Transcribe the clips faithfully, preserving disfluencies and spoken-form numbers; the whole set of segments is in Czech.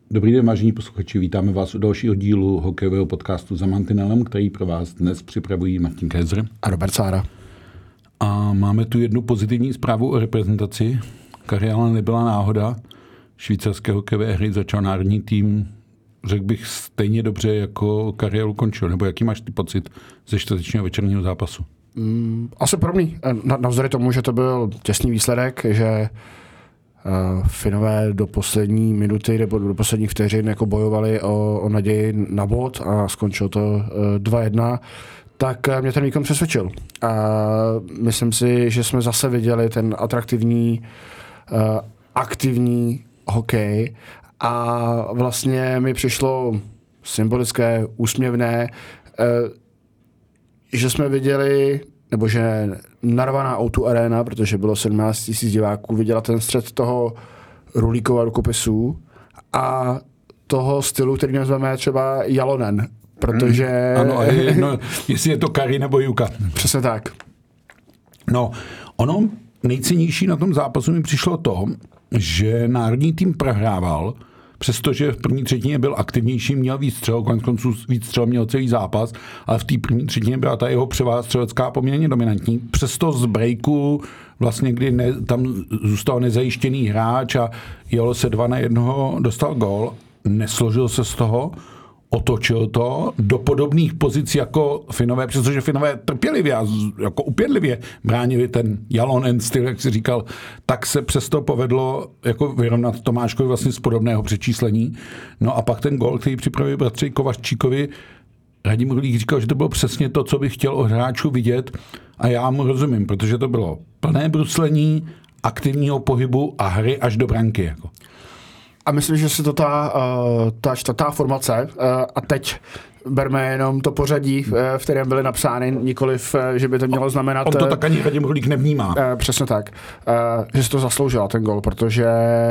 Dobrý den, vážení posluchači, vítáme vás u dalšího dílu hokejového podcastu Za mantinelem, který pro vás dnes připravují Martin Kézer a Robert Sára. A máme tu jednu pozitivní zprávu o reprezentaci. Kari ale nebyla náhoda. Švýcarské hokejové hry začal národní tým, řekl bych, stejně dobře, jako kariéru končil. Nebo jaký máš ty pocit ze čtvrtečního večerního zápasu? Mm, asi podobný. Navzdory tomu, že to byl těsný výsledek, že Uh, Finové do poslední minuty nebo do posledních vteřin jako bojovali o, o naději na bod a skončilo to uh, dva jedna, tak uh, mě ten výkon přesvědčil. A myslím si, že jsme zase viděli ten atraktivní, uh, aktivní hokej a vlastně mi přišlo symbolické, úsměvné, uh, že jsme viděli, nebo že narvaná ó dva Arena, protože bylo sedmnáct tisíc diváků, viděla ten střed toho Rulíkova rukopisů a toho stylu, který nazveme třeba Jalonen, protože... Hmm, ano, a je jedno, jestli je to Kari nebo Juka. Přesně tak. No, ono nejcennější na tom zápasu mi přišlo to, že národní tým prohrával, přestože v první třetině byl aktivnější, měl víc střel, konec konců víc střel měl celý zápas, ale v té první třetině byla ta jeho převáha střelecká poměrně dominantní. Přesto z breaku, vlastně kdy ne, tam zůstal nezajištěný hráč a jelo se dva na jednoho, dostal gól, nesložil se z toho, otočil to do podobných pozic jako Finové, přestože Finové trpělivě a jako upědlivě bránili ten Jalonen styl, jak si říkal, tak se přesto povedlo jako vyrovnat Tomáškovi vlastně z podobného přečíslení. No a pak ten gól, který připravil bratři Kovaččíkovi, Radim Rulík říkal, že to bylo přesně to, co by chtěl od hráčů vidět a já mu rozumím, protože to bylo plné bruslení, aktivního pohybu a hry až do branky. Jako. A myslím, že se to ta, ta čtvrtá formace a teď berme jenom to pořadí, v kterém byly napsány, nikoliv, že by to mělo znamenat... On to tak ani Radim Rulík nevnímá. Přesně tak. Že se to zasloužila ten gol, protože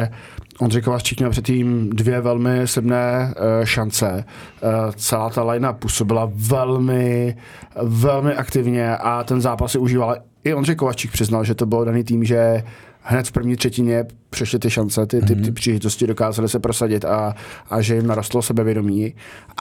Ondřej Kovačík měl předtím dvě velmi slibné šance. Celá ta linea působila velmi, velmi aktivně a ten zápas si užíval. I Ondřej Kovačík přiznal, že to bylo daný tým, že hned v první třetině přešly ty šance, ty, ty, ty příležitosti dokázali se prosadit a, a že jim narostlo sebevědomí.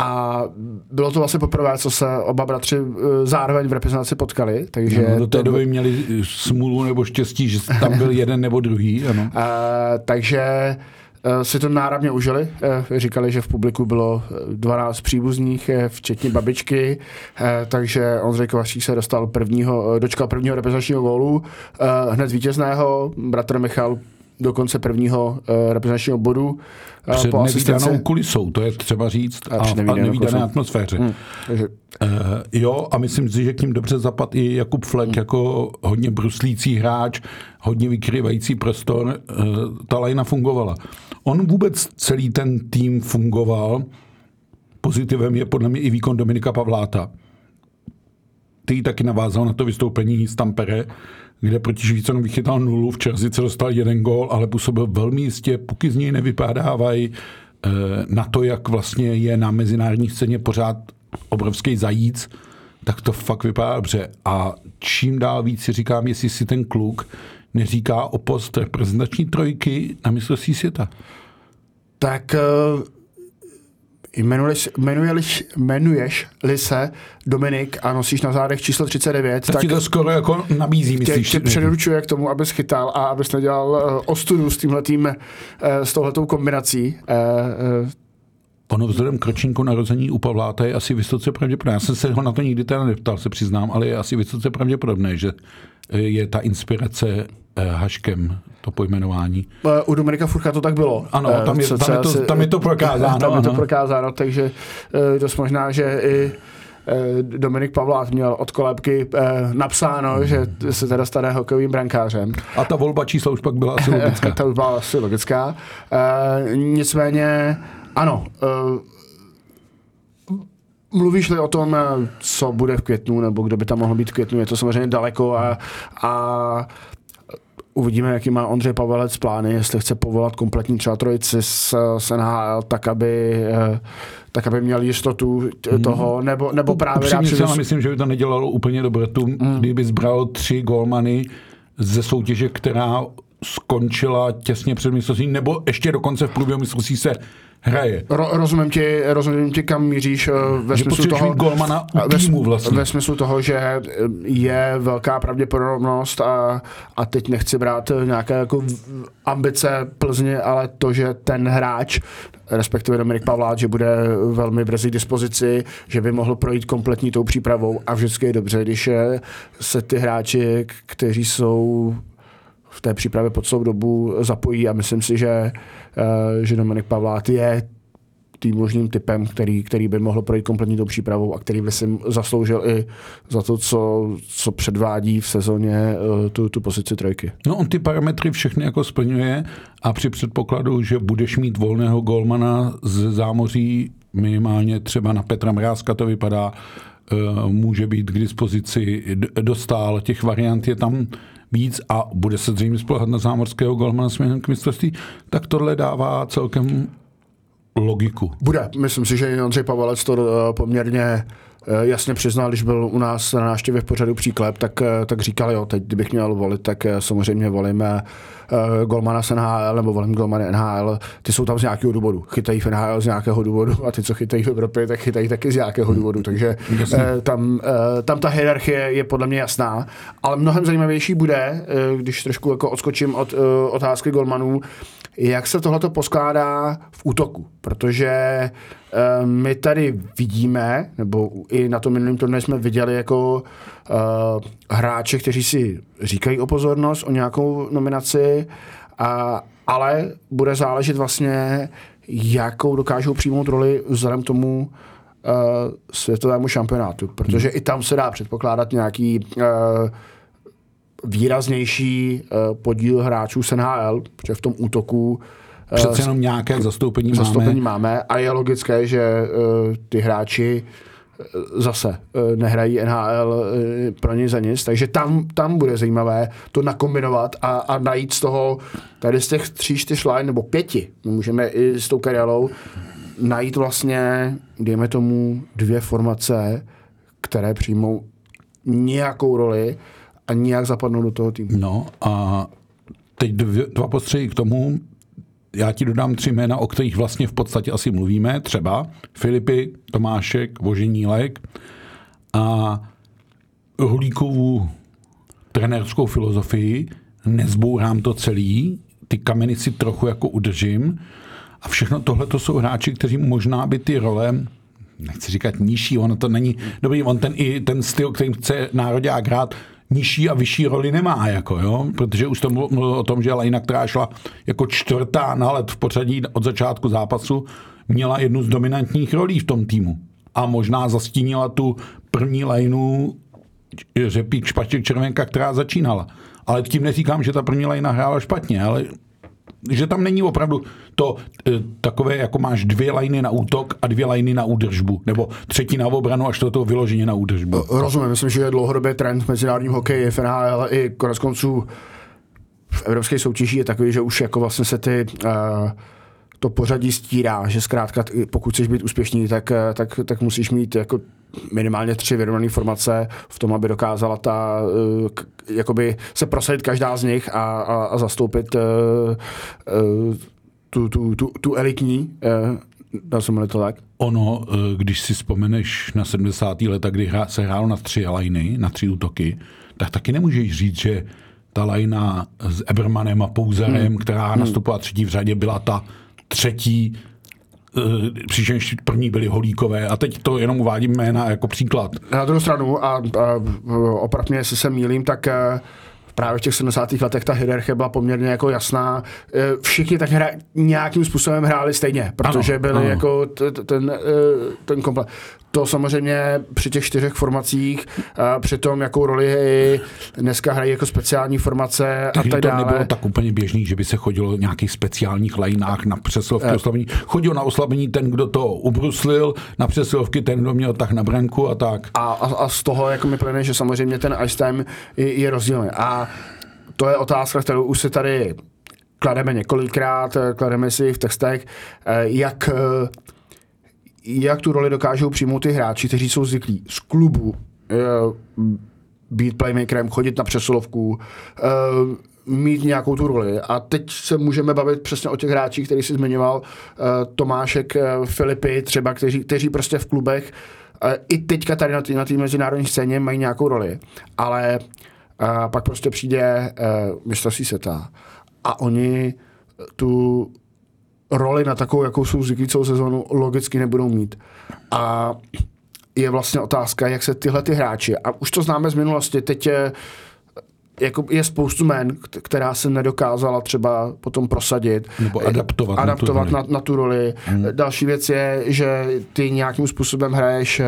A bylo to vlastně poprvé, co se oba bratři zároveň v reprezentaci potkali. Takže no, do té doby měli smůlu nebo štěstí, že tam byl jeden nebo druhý. Ano. A, takže si to náramně užili. Říkali, že v publiku bylo dvanáct příbuzných, včetně babičky, takže Ondřej Kovačík se dostal prvního, dočkal prvního reprezentačního gólu, hned vítězného, bratr Michal do konce prvního reprezentačního bodu. Před nevídanou kulisou, to je třeba říct, a, a nevídané atmosféře. Hmm, takže... uh, jo, a myslím si, že k ním dobře zapad i Jakub Flek, hmm. jako hodně bruslící hráč, hodně vykrývající prostor, uh, ta lajna fungovala. On vůbec celý ten tým fungoval, pozitivem je podle mě i výkon Dominika Pavláta, který taky navázal na to vystoupení z Tampere, kde proti Švýcarům vychytal nulu, v Čerzice dostal jeden gól, ale působil velmi jistě, puky z něj nevypadávají e, na to, jak vlastně je na mezinárodní scéně pořád obrovský zajíc, tak to fakt vypadá dobře. A čím dál víc si říkám, jestli si ten kluk neříká o post reprezentační trojky na mistrovství světa. Tak... Uh... Jmenuješ, jmenuješ, jmenuješ-li se Dominik a nosíš na zádech číslo třicet devět, tak, tak ti to skoro jako nabízí, myslíš? Tě, tě předručuje k tomu, abys chytal a abys nedělal uh, ostudu s tímhletým, uh, s touhletou kombinací. Uh, uh. Ono vzhledem k ročníku narození u Pavláta je asi vysoce pravděpodobné. Já jsem se ho na to nikdy teda neptal, se přiznám, ale je asi vysoce pravděpodobné, že je ta inspirace Haškem, to pojmenování. U Dominika Furcha to tak bylo. Ano, tam je, tam je, to, tam je to prokázáno. Tam je to prokázáno, takže je dost možná, že i Dominik Pavlát měl od kolébky napsáno, hmm. že se teda stane hokejovým brankářem. A ta volba čísla už pak byla asi logická. Ta už byla asi logická. Nicméně, ano, mluvíš-li o tom, co bude v květnu, nebo kdo by tam mohl být v květnu, je to samozřejmě daleko a, a uvidíme, jaký má Ondřej Pavelec plány, jestli chce povolat kompletní třeba trojici z, z N H L, tak aby, tak aby měl jistotu toho, nebo, nebo právě... Upřímně si ale myslím, že by to nedělalo úplně dobrotu, mm. kdyby zbral tři gólmany ze soutěže, která skončila těsně před mistrovství, nebo ještě dokonce v průběhu mistrovství se hraje. Ro, rozumím, ti, rozumím ti, kam míříš ve že smyslu toho, golmana u týmu vlastně. Ve smyslu toho, že je velká pravděpodobnost a, a teď nechci brát nějaké jako ambice Plzně, ale to, že ten hráč, respektive Dominik Pavlát, že bude velmi brzy k dispozici, že by mohl projít kompletní tou přípravou a vždycky je dobře, když se ty hráči, kteří jsou v té přípravě po celou dobu zapojí a myslím si, že, že Dominik Pavlát je tím možným typem, který, který by mohl projít kompletní tou přípravou a který by si zasloužil i za to, co, co předvádí v sezóně tu, tu pozici trojky. No on ty parametry všechny jako splňuje a při předpokladu, že budeš mít volného golmana z zámoří minimálně třeba na Petra Mrázka to vypadá, může být k dispozici dostál, těch variant je tam víc a bude se zřejmě spoléhat na zámořského golmana směrem k mistrovství, tak tohle dává celkem logiku. Bude. Myslím si, že Ondřej Pavelec to poměrně jasně přiznal, když byl u nás na návštěvě v pořadu Příklep, tak, tak říkal, jo, teď kdybych měl volit, tak samozřejmě volíme golmana z N H L nebo volím golmany N H L. Ty jsou tam z nějakého důvodu. Chytají v N H L z nějakého důvodu a ty, co chytají v Evropě, tak chytají taky z nějakého důvodu. Takže tam, tam ta hierarchie je podle mě jasná. Ale mnohem zajímavější bude, když trošku jako odskočím od otázky golmanů, jak se tohleto poskládá v útoku. Protože my tady vidíme, nebo i na tom minulém turnaji jsme viděli jako uh, hráče, kteří si říkají o pozornost, o nějakou nominaci, a, ale bude záležet vlastně, jakou dokážou přijmout roli vzhledem k tomu uh, světovému šampionátu. Protože hmm. i tam se dá předpokládat nějaký uh, výraznější uh, podíl hráčů z N H L, protože v tom útoku přece jenom nějaké zastoupení, zastoupení máme. máme a je logické, že uh, ty hráči uh, zase uh, nehrají N H L uh, pro ně za nic, takže tam, tam bude zajímavé to nakombinovat a, a najít z toho, tady z těch tří, čtyř line nebo pěti, my můžeme i s tou Karialou najít vlastně, dejme tomu, dvě formace, které přijmou nějakou roli a nějak zapadnou do toho týmu. No a teď dvě, dva postřehy k tomu. Já ti dodám tři jména, o kterých vlastně v podstatě asi mluvíme. Třeba Filipy, Tomášek, Voženílek a Hulíkovu trenérskou filozofii. Nezbourám to celý, ty kameny si trochu jako udržím a všechno tohle to jsou hráči, kteří možná by ty role, nechci říkat nižší, ono to není dobrý, on ten i ten styl, kterým chce nároďák hrát, nižší a vyšší roli nemá, jako, jo? Protože už to mluvil o tom, že Lajna, která šla jako čtvrtá na let v pořadí od začátku zápasu, měla jednu z dominantních rolí v tom týmu. A možná zastínila tu první lajnu Řepík, Špaček, Červenka, která začínala. Ale tím neříkám, že ta první lajna hrála špatně, ale že tam není opravdu to e, takové, jako máš dvě lajny na útok a dvě lajny na údržbu, nebo třetí na obranu a čtvrtou vyloženě na údržbu. Rozumím, myslím, že je dlouhodobě trend v mezinárodním hokeji, v N H L i konec konců v evropské soutěži je takový, že už jako vlastně se ty uh, to pořadí stírá, že zkrátka pokud chceš být úspěšný, tak, tak, tak musíš mít jako minimálně tři vyrovnané formace v tom, aby dokázala ta, uh, k, jakoby se prosadit každá z nich a, a, a zastoupit uh, uh, tu, tu, tu, tu elitní. Uh, dal jsem to tak? Ono, když si vzpomeneš na sedmdesátá léta, kdy se hrálo na tři lajny, na tři útoky, tak taky nemůžeš říct, že ta lajna s Ebermanem a Pouzerem, hmm. která hmm. nastupovala třetí v řadě, byla ta třetí, přičemž první byly Holíkové a teď to jenom uvádím jména jako příklad. Na druhou stranu, a, a opravdu mě, jestli se mýlím, tak právě v těch sedmdesátých letech ta hierarchie byla poměrně jako jasná. Všichni tak hra, nějakým způsobem hráli stejně, protože ano, byli ano. jako t, t, ten, ten komplet. To samozřejmě při těch čtyřech formacích, při tom, jakou roli dneska hrají jako speciální formace a tak to dále. Nebylo tak úplně běžný, že by se chodilo v nějakých speciálních lajnách na přesilovky, oslabení. Chodil na oslabení ten, kdo to ubruslil, na přesilovky ten, kdo měl tak na branku a tak. A, a, a z toho jako mi plyne, že samozřejmě ten ice time je, je rozdílný. A to je otázka, kterou už si tady klademe několikrát, klademe si v textech, jak jak tu roli dokážou přijmout ty hráči, kteří jsou zvyklí z klubu být playmakerem, chodit na přesilovku, mít nějakou tu roli. A teď se můžeme bavit přesně o těch hráčích, který jsi zmiňoval, Tomášek, Filipy třeba, kteří, kteří prostě v klubech i teďka tady na té na mezinárodní scéně mají nějakou roli. Ale a pak prostě přijde uh, mistrovství světa a oni tu roli na takovou, jakou jsou zvyklí celou sezónu, logicky nebudou mít. A je vlastně otázka, jak se tyhle ty hráči, a už to známe z minulosti, teď je, jako je spoustu men, která se nedokázala třeba potom prosadit. Nebo adaptovat, adaptovat na na, tu na tu roli. Hmm. Další věc je, že ty nějakým způsobem hraješ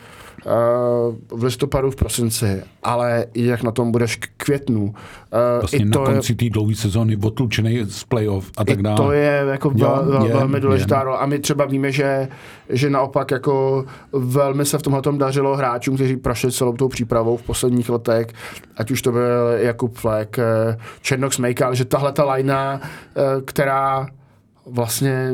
v listopadu, v prosinci, ale jak na tom budeš k květnu. Vlastně I to na konci té dlouhé sezóny odlučený z playoff a tak dále. To je jako jo, vel, je, velmi důležitá je. role. A my třeba víme, že, že naopak jako velmi se v tomhletom dařilo hráčům, kteří prošli celou tou přípravou v posledních letech, ať už to byl Jakub Flek, Černok Smejkal, že tahle ta lajna, která vlastně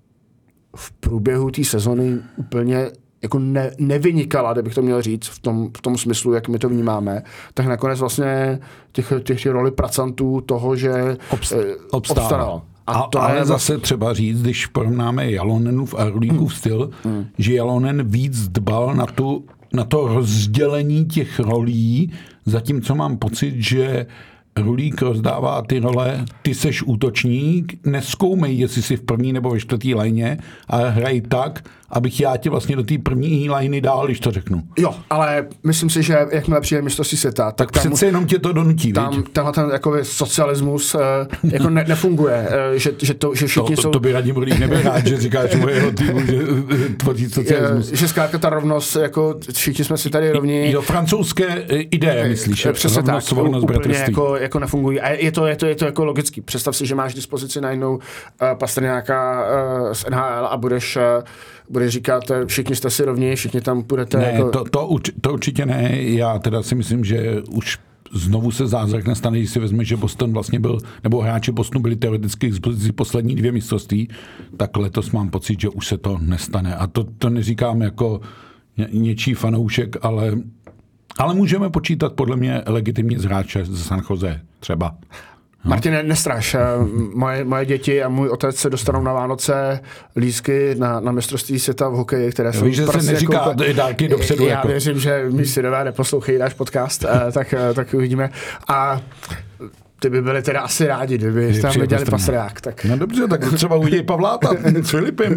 v průběhu té sezony úplně jako ne, nevynikala, kdybych to měl říct, v tom, v tom smyslu, jak my to vnímáme, tak nakonec vlastně těch, těch roli pracantů toho, že Obst, obstával. obstaral. A, a to ale je zase třeba říct, když porovnáme Jalonenův a Rulíkův hmm. styl, hmm. že Jalonen víc dbal na, tu, na to rozdělení těch rolí, zatímco mám pocit, že Rulík rozdává ty role, ty seš útočník, nezkoumej, jestli jsi v první nebo ve čtvrtý lajně, ale hraj tak, abych já tě vlastně do té první lajny dál, když to řeknu. Jo, ale myslím si, že jakmile přijde mistrovství světa, tak, tak tam, přece jenom tě to donutí, tam, tenhle ten jako socialismus uh, jako ne, nefunguje, uh, že, že, to, že všichni to, jsou... To by Radim Rulík nebyl rád, že říkáš mojeho týmu, že tvoří socialismus. Je, že zkrátka ta rovnost, jako všichni jsme si tady rovní. Jo, francouzské ideje, myslíš? Přesně rovnost, tak, svornost, úplně jako, jako nefungují. A je to, je, to, je to jako logický. Představ si, že máš dispozici najednou uh, Pastrňáka uh, z N H L a budeš... Uh, bude říkat, všichni jste si rovní, všichni tam budete... Ne, jako... to, to, urč, to určitě ne. Já teda si myslím, že už znovu se zázrak nestane, když si vezme, že Boston vlastně byl, nebo hráči Bostonu byli teoreticky k dispozici poslední dvě mistrovství, tak letos mám pocit, že už se to nestane. A to, to neříkám jako ně, něčí fanoušek, ale, ale můžeme počítat podle mě legitimně z hráče ze San Jose třeba. No. Martine, nestraš. Moje, moje děti a můj otec se dostanou na Vánoce lístky na, na mistrovství světa v hokeji, které jsou... Víš, že se neříká jako, dárky dopředu. Já jako. věřím, že mý synové neposlouchají náš podcast, tak, tak uvidíme. A ty by byli teda asi rádi, kdyby tam viděli Pastrňák. Tak... No dobře, tak třeba uvidí Pavláta s Filipem.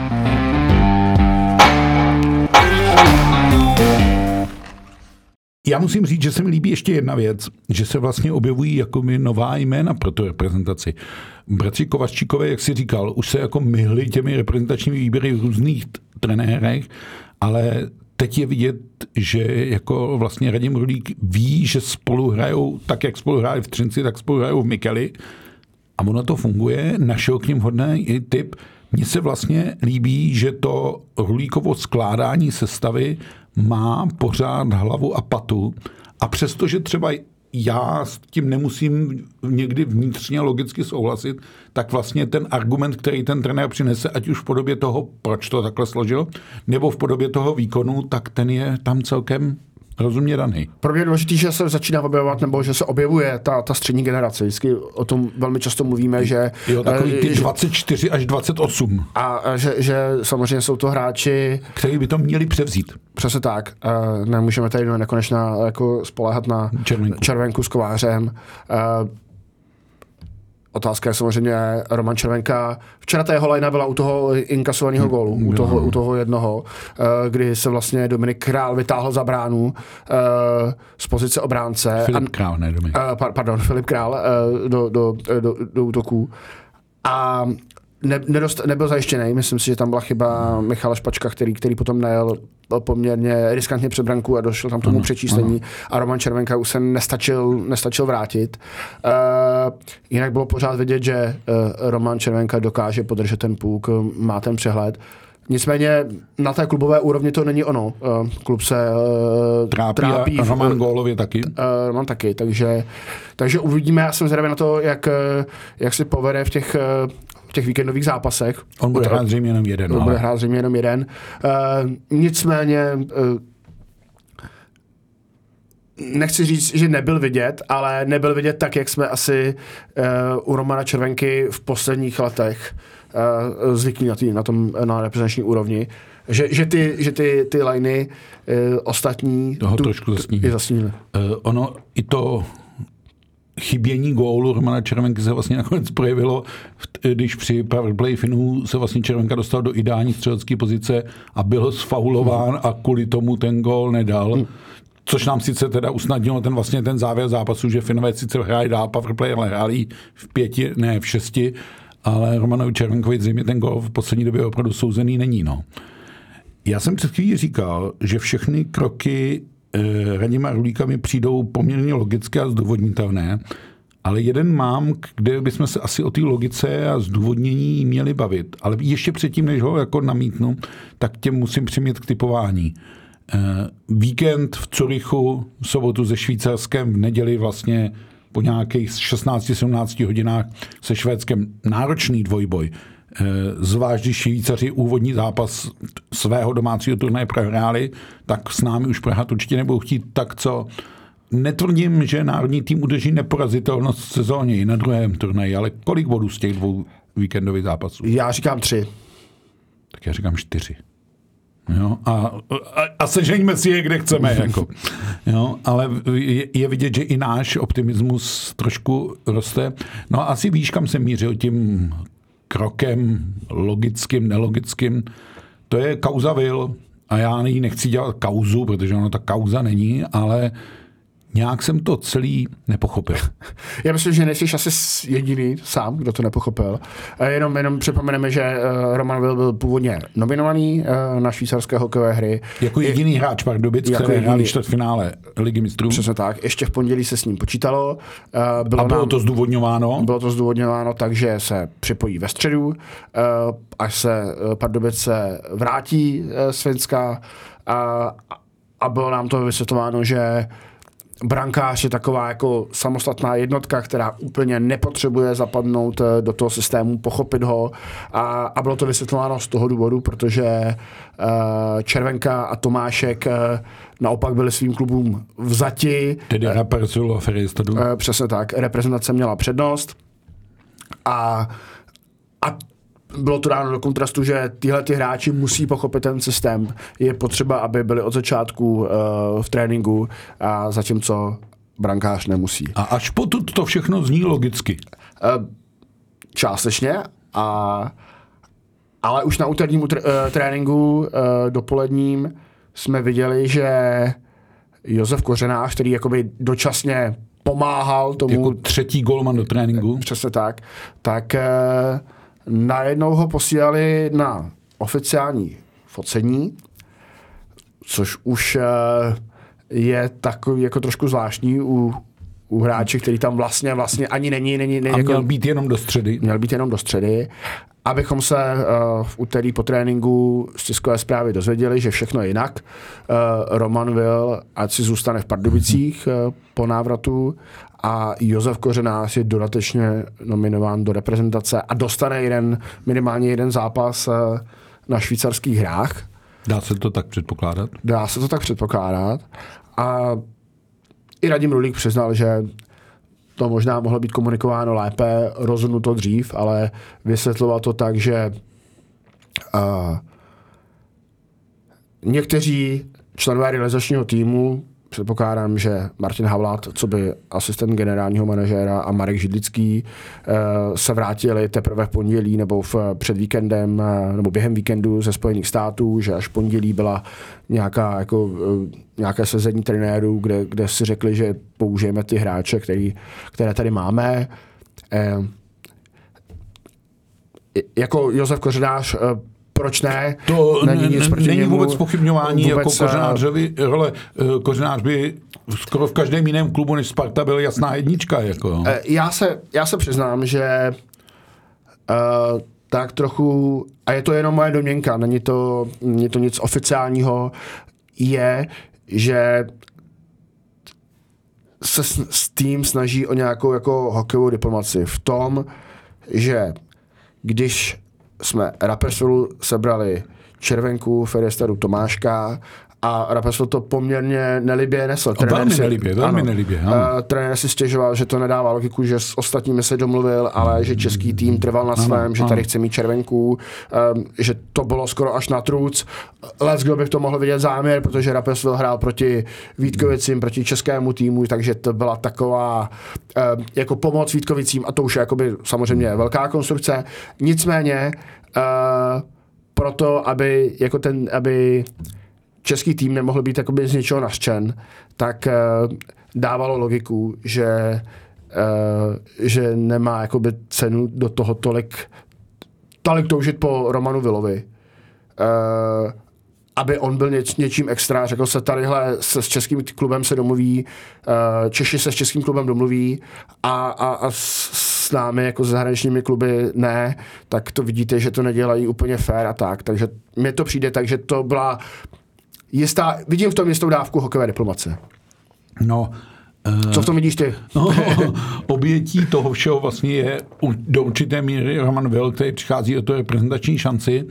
Já musím říct, že se mi líbí ještě jedna věc, že se vlastně objevují jako mi nová jména pro tu reprezentaci. Bratři Kovačíkové, jak jsi říkal, už se jako myhli těmi reprezentačními výběry v různých trenérech, ale teď je vidět, že jako vlastně Radim Rulík ví, že spolu hrajou tak, jak spolu hráli v Třinci, tak spolu hrajou v Mikeli a ono to funguje, našel k ním hodný tip. Mně se vlastně líbí, že to Rulíkovo skládání sestavy má pořád hlavu a patu a přestože třeba já s tím nemusím někdy vnitřně logicky souhlasit, tak vlastně ten argument, který ten trenér přinese, ať už v podobě toho, proč to takhle složil, nebo v podobě toho výkonu, tak ten je tam celkem rozumně daný. Pro mě je důležitý, že se začíná objevovat, nebo že se objevuje ta, ta střední generace. Vždycky o tom velmi často muvíme, že... Jo, takový ty dvacet čtyři až dvacet osm. A, a že, že samozřejmě jsou to hráči... Kteří by to měli převzít. Přesně tak. Uh, nemůžeme tady nekonečna jako spoléhat na Červenku, červenku s Kovářem. Uh, Otázka je samozřejmě Roman Červenka. Včera ta jeho lajna byla u toho inkasovaného gólu, u toho, u toho jednoho, kdy se vlastně Dominik Král vytáhl za bránu z pozice obránce. Filip Král, ne Dominik. Pardon, Filip Král do, do, do, do útoků. A ne, nedost, nebyl zajištěný. Myslím si, že tam byla chyba Michala Špačka, který, který potom najel poměrně riskantně před branku a došel tam tomu ano, přečíslení. Ano. A Roman Červenka už se nestačil, nestačil vrátit. Uh, jinak bylo pořád vidět, že uh, Roman Červenka dokáže podržet ten puk, má ten přehled. Nicméně na té klubové úrovni to není ono. Uh, klub se uh, trápí. trápí a Roman Gólově taky. Uh, Roman taky, takže, takže uvidíme. Já jsem zvědavý na to, jak, jak si povede v těch uh, v těch víkendových zápasech. On bude hrát zřejmě jenom jeden. On bude hrát zřejmě jenom jeden. Uh, nicméně uh, nechci říct, že nebyl vidět, ale nebyl vidět tak, jak jsme asi uh, u Romana Červenky v posledních letech uh, zvyklí na, tý, na tom na reprezentační úrovni. Že, že ty, že ty, ty liney uh, ostatní toho tu, trošku zasnívili. Uh, ono i to chybění gólu Romana Červenky se vlastně nakonec projevilo, když při powerplay Finů se vlastně Červenka dostal do ideální střelecké pozice a byl sfaulován a kvůli tomu ten gól nedal. Hmm. Což nám sice teda usnadnilo ten vlastně ten závěr zápasu, že Finové sice hráli dál powerplay, ale hráli v pěti, ne v šesti, ale Romanovi Červenkovi zřejmě ten gól v poslední době opravdu souzený není. No. Já jsem před chvílí říkal, že všechny kroky eh, Radima Rulíka mi přijdou poměrně logické a zdůvodnitelné, ale jeden mám, kde bychom se asi o té logice a zdůvodnění měli bavit. Ale ještě předtím, než ho jako namítnu, tak tě musím přimět k typování. Eh, víkend v Curychu, v sobotu se Švýcarskem, v neděli vlastně po nějakých šestnácti sedmnácti hodinách se Švédskem náročný dvojboj. Zvlášť, když Švýcaři úvodní zápas svého domácího turnaje prohráli, tak s námi už prohrát určitě nebudou chtít. Tak co? Netvrdím, že národní tým udrží neporazitelnost v sezóně i na druhém turnaji, ale kolik bodů z těch dvou víkendových zápasů? Já říkám tři. Tak já říkám čtyři. Jo? A, a, a sežeňme si je, kde chceme. Jako. Jo? Ale je, je vidět, že i náš optimismus trošku roste. No a asi víš, kam jsem mířil tím krokem logickým, nelogickým. To je kauza Will a já ji nechci dělat kauzu, protože ono ta kauza není, ale nějak jsem to celý nepochopil. Já myslím, že nejsi asi jediný sám, kdo to nepochopil. Jenom, jenom připomeneme, že Roman Will byl původně nominovaný na švýcarské hokejové hry. Jako jediný hráč Pardubic, jako který hráli čtvrtfinále Ligy mistrů. Přesně tak. Ještě v pondělí se s ním počítalo. Bylo A bylo nám, to zdůvodňováno? Bylo to zdůvodňováno tak, že se připojí ve středu, až se Pardubice vrátí z Finska a, a bylo nám to vysvětlováno, že brankář je taková jako samostatná jednotka, která úplně nepotřebuje zapadnout do toho systému, pochopit ho a, a bylo to vysvětlováno z toho důvodu, protože uh, Červenka a Tomášek uh, naopak byli svým klubům vzati. Tedy uh, Rapperswil a Färjestadu. Uh, přesně tak. Reprezentace měla přednost a, a bylo to dáno do kontrastu, že tyhle ty hráči musí pochopit ten systém. Je potřeba, aby byli od začátku uh, v tréninku, a zatímco brankář nemusí. A až potud to všechno zní logicky. Uh, částečně, a, ale už na úterním utr- uh, tréninku uh, dopoledním jsme viděli, že Josef Kořenář, který jakoby dočasně pomáhal tomu... Jako třetí golman do tréninku. Přesně tak. Tak... Uh, Najednou ho posílali na oficiální focení, což už je takový jako trošku zvláštní u, u hráče, který tam vlastně vlastně ani není. není, není a měl jako, být jenom do středy. Měl být jenom do středy. Abychom se uh, v úterý po tréninku z tiskové zprávy dozvěděli, že všechno je jinak. Uh, Roman Will, ať si zůstane v Pardubicích uh, po návratu, a Josef Kořenář je dodatečně nominován do reprezentace a dostane jeden, minimálně jeden zápas uh, na švýcarských hrách. Dá se to tak předpokládat? Dá se to tak předpokládat. A i Radim Rulík přiznal, že to možná mohlo být komunikováno lépe, rozhodnuto dřív, ale vysvětloval to tak, že uh, někteří členové realizačního týmu, předpokládám, že Martin Havlát, co by asistent generálního manažéra, a Marek Židlický uh, se vrátili teprve v pondělí nebo v, před víkendem, uh, nebo během víkendu ze Spojených států, že až v pondělí byla nějaká, jako, uh, nějaké sezení trenérů, kde, kde si řekli, že použijeme ty hráče, který, které tady máme. Uh, jako Josef Kořenář, uh, proč ne? To není, nic n- není němu, vůbec pochybňování, vůbec, jako Kořenářovi role. Kořenář by skoro v každém jiném klubu než Sparta byl jasná jednička. Jako. Já, se, já se přiznám, že uh, tak trochu, a je to jenom moje domněnka, není to, není to nic oficiálního, je, že se s, s tým snaží o nějakou jako hokejovou diplomaci v tom, že když jsme Rapperswilu sebrali Červenku, Färjestadu, Tomáška a Rapperswil to poměrně nelibě nesl. Velmi nelibě, velmi nelibě. Uh, trenér si stěžoval, že to nedává logiku, že s ostatními se domluvil, ale že český tým trval na svém, ano, že tady ano. chce mít červenku, um, že to bylo skoro až na truc. Let's kdo bych to mohl vidět záměr, protože Rapperswil hrál proti Vítkovicím, proti českému týmu, takže to byla taková um, jako pomoc Vítkovicím a to už je jakoby samozřejmě velká konstrukce. Nicméně uh, proto, aby jako ten, aby český tým nemohl být jakoby z něčeho nařčen, tak uh, dávalo logiku, že, uh, že nemá jakoby cenu do toho tolik, tolik toužit po Romanu Vilovi. Uh, aby on byl něč, něčím extra, řekl se tadyhle se s českým klubem se domluví, uh, Češi se s českým klubem domluví a, a, a s námi jako s zahraničními kluby ne, tak to vidíte, že to nedělají úplně fair a tak, takže mně to přijde tak, že to byla jistá, vidím v tom jistou dávku hokejové diplomacie. No, uh, co v tom vidíš ty? No, obětí toho všeho vlastně je do určité míry Roman Vil, který přichází o tu reprezentační šanci,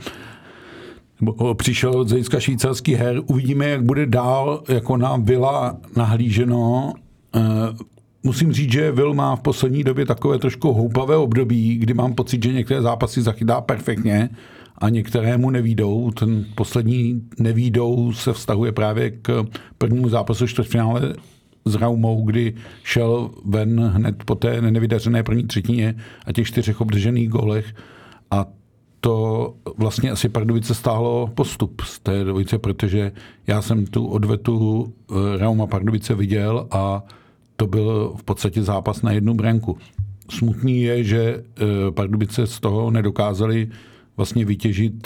přišel od hlediska švýcarských her. Uvidíme, jak bude dál jako na Vila nahlíženo. Musím říct, že Vil má v poslední době takové trošku houpavé období, kdy mám pocit, že některé zápasy zachytá perfektně a některé mu nevídou. Ten poslední nevídou se vztahuje právě k prvnímu zápasu čtvrtfinále s Raumou, kdy šel ven hned po té nevydařené první třetině a těch čtyřech obdržených gólech a to vlastně asi Pardubice stálo postup z té dvojice, protože já jsem tu odvetu Rauma Pardubice viděl a to byl v podstatě zápas na jednu branku. Smutný je, že Pardubice z toho nedokázali vlastně vytěžit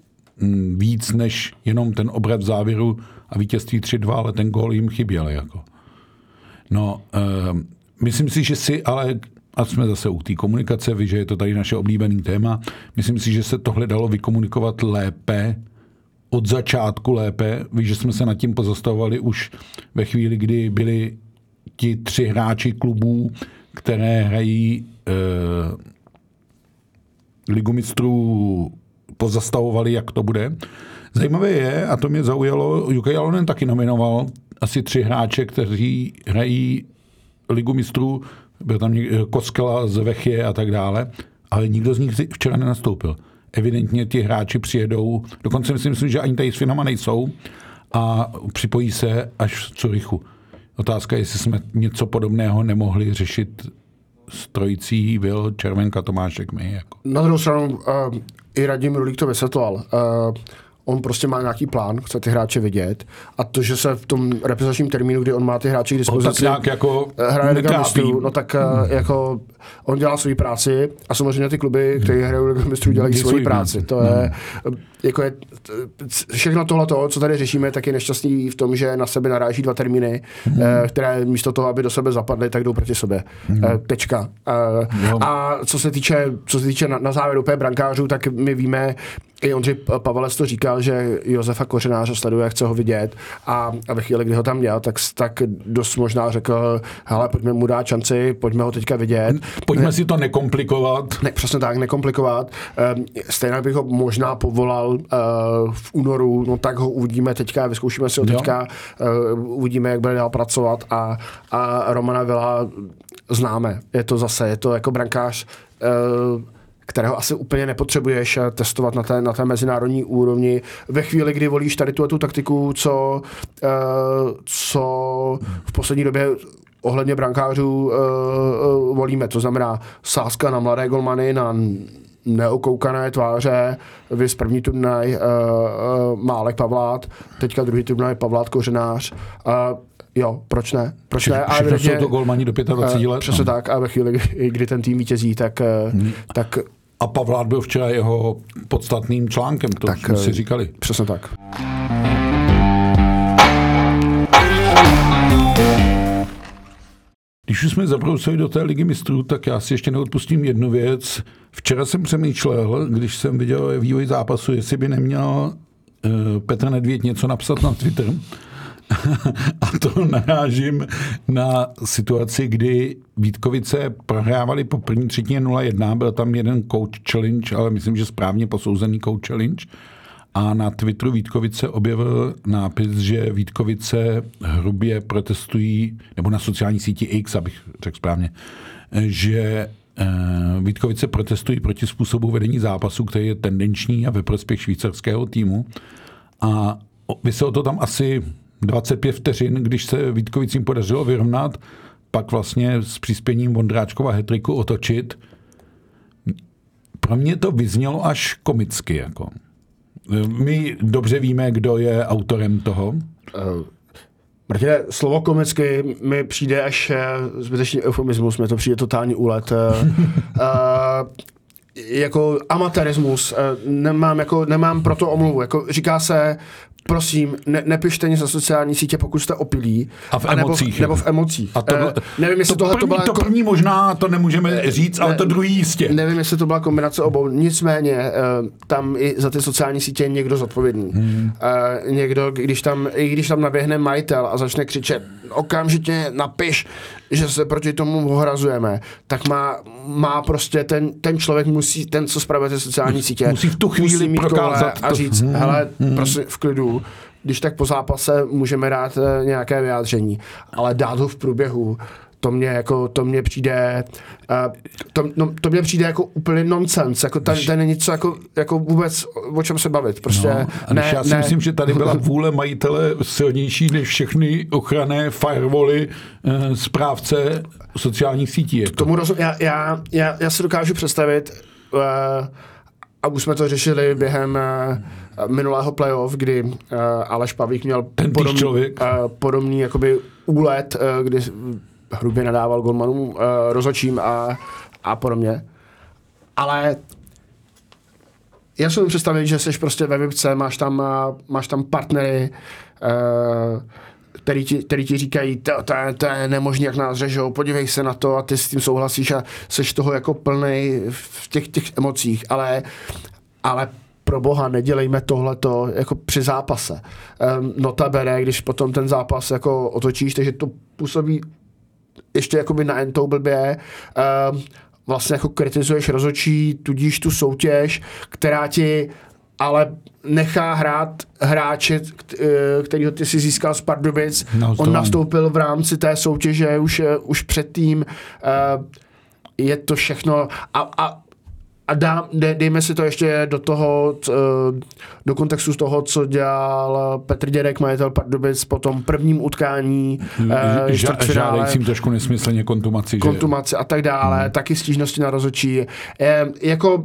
víc než jenom ten obrat v závěru a vítězství tři dva, ale ten gól jim chyběl. Jako. No, myslím si, že si ale a jsme zase u té komunikace, víš, že je to tady naše oblíbený téma. Myslím si, že se tohle dalo vykomunikovat lépe, od začátku lépe. Víš, že jsme se nad tím pozastavovali už ve chvíli, kdy byli ti tři hráči klubů, které hrají eh, Ligu mistrů, pozastavovali, jak to bude. Zajímavé je, a to mě zaujalo, Jukka Jalonen taky nominoval asi tři hráče, kteří hrají Ligu mistrů, byl tam Koskela z Vechie a tak dále, ale nikdo z nich včera nenastoupil. Evidentně ti hráči přijedou, dokonce si myslím, že ani tady s Finama nejsou a připojí se až v Curychu. Otázka je, jestli jsme něco podobného nemohli řešit s trojicí Vil, Červenka, Tomášek, my. Jako. Na druhou stranu uh, i Radim Rulík to vysvětloval. Uh, on prostě má nějaký plán, chce ty hráče vidět a to, že se v tom reprezentačním termínu, kdy on má ty hráči k dispozici, jako hraje Liga mistrů, no tak hmm. jako on dělá svou práci a samozřejmě ty kluby, které hrají Liga mistrů, dělají svou práci. To je, hmm. jako je všechno tohleto, co tady řešíme, tak je nešťastný v tom, že na sebe naráží dva termíny, hmm. které místo toho, aby do sebe zapadly, tak jdou proti sobě. Hmm. Tečka. No. A co se týče, co se týče na, na závěr úplně brankářů, tak my víme, i Ondřej Pavelec to říkal, že Josefa Kořenáře sleduje, chce ho vidět a, a ve chvíli, kdy ho tam měl, tak, tak dost možná řekl, hele, pojďme mu dát šanci, pojďme ho teďka vidět. Pojďme ne, si to nekomplikovat. Ne, přesně tak, nekomplikovat. Stejně bych ho možná povolal uh, v únoru, no tak ho uvidíme teďka, vyzkoušíme si ho teďka, uh, uvidíme, jak bude dál pracovat a, a Romana Vila známe. Je to zase, je to jako brankář, uh, kterého asi úplně nepotřebuješ testovat na té, na té mezinárodní úrovni. Ve chvíli, kdy volíš tady tu, tu taktiku, co, uh, co v poslední době ohledně brankářů uh, uh, volíme. To znamená sázka na mladé golmany, na neokoukané tváře, vys první turnaj uh, uh, Málek Pavlát, teďka druhý turnaj Pavlát Kořenář. Uh, Jo, proč ne? Proč ne? Všechno, všechno jsou to golmani do dvaceti pěti let. Přesně no. Tak a ve chvíli, kdy ten tým vítězí, tak... Hmm. tak a Pavlát byl včera jeho podstatným článkem, to tak, jsme si říkali. Přesně tak. Když už jsme zabrousili do té Ligy mistrů, tak já si ještě neodpustím jednu věc. Včera jsem přemýšlel, když jsem viděl vývoj zápasu, jestli by neměl uh, Petr Nedvěd něco napsat na Twitter. A to narážím na situaci, kdy Vítkovice prohrávali po první třetině nula jedna, byl tam jeden coach challenge, ale myslím, že správně posouzený coach challenge. a na Twitteru Vítkovice objevil nápis, že Vítkovice hrubě protestují, nebo na sociální síti X, abych řekl správně, že Vítkovice protestují proti způsobu vedení zápasu, který je tendenční a ve prospěch švýcarského týmu. A vyselo to tam asi dvacet pět vteřin, když se Vítkovicím podařilo vyrovnat, pak vlastně s přispěním Vondráčkova hat-tricku otočit. Pro mě to vyznělo až komicky. Jako. My dobře víme, kdo je autorem toho. Uh. Martine, slovo komicky mi přijde až zbytečný eufemismus, mi to přijde totální úlet. uh, jako amatérismus, nemám, jako, nemám proto omluvu. Jako, říká se, prosím, ne, nepište nic na sociální sítě, pokud jste opilí. A v a nebo, emocích. Nebo v emocích. A to, uh, nevím, jestli to, tohle první, to byla... To první možná, to nemůžeme říct, ne, ale to druhý jistě. Nevím, jestli to byla kombinace obou. Nicméně, uh, tam i za ty sociální sítě je někdo zodpovědný. Hmm. Uh, někdo, když tam, i když tam naběhne majitel a začne křičet, okamžitě napiš, že se proti tomu ohrazujeme, tak má, má prostě ten, ten člověk musí, ten, co spravuje ty sociální sítě, musí v tu chvíli mít prokázat a říct, hmm. hele, hmm. prosím, v klidu, když tak po zápase můžeme dát uh, nějaké vyjádření, ale dát ho v průběhu, to mě jako, to mě přijde, uh, to, no, to mě přijde jako úplně nonsens, jako tady, tady není co jako, jako vůbec o čem se bavit, prostě no, ne, já si ne. myslím, že tady byla vůle majitele silnější než všechny ochranné firewally uh, správce sociálních sítí. Jako. Tomu rozum, já, já, já, já si dokážu představit, uh, a už jsme to řešili během uh, minulého playoff, kdy uh, Aleš Pavík měl Ten podobný, uh, podobný jakoby úlet, uh, kdy hrubě nadával golmanům, uh, rozhodčím a, a podobně. Ale já si můžu představit, že jsi prostě ve Vipce, máš tam, uh, máš tam partnery, uh, který ti, který ti říkají, to, to, to je nemožné, jak nás řežou, podívej se na to a ty s tím souhlasíš a seš toho jako plnej v těch, těch emocích, ale, ale pro boha nedělejme tohleto jako při zápase. Um, notabene, když potom ten zápas jako otočíš, takže to působí ještě jakoby na entou blbě, um, vlastně jako kritizuješ rozhodčí, tudíž tu soutěž, která ti ale nechá hrát hráče, kterýho ty si získal z Pardubic. On nastoupil v rámci té soutěže už, už předtím. Je to všechno a, a, a dá, dejme si to ještě do toho, do kontextu z toho, co dělal Petr Dědek, majitel Pardubic po tom prvním utkání. Žádajícím trošku nesmyslně kontumaci. Kontumaci a tak dále, hmm. taky stížnosti na rozhodčí. Jako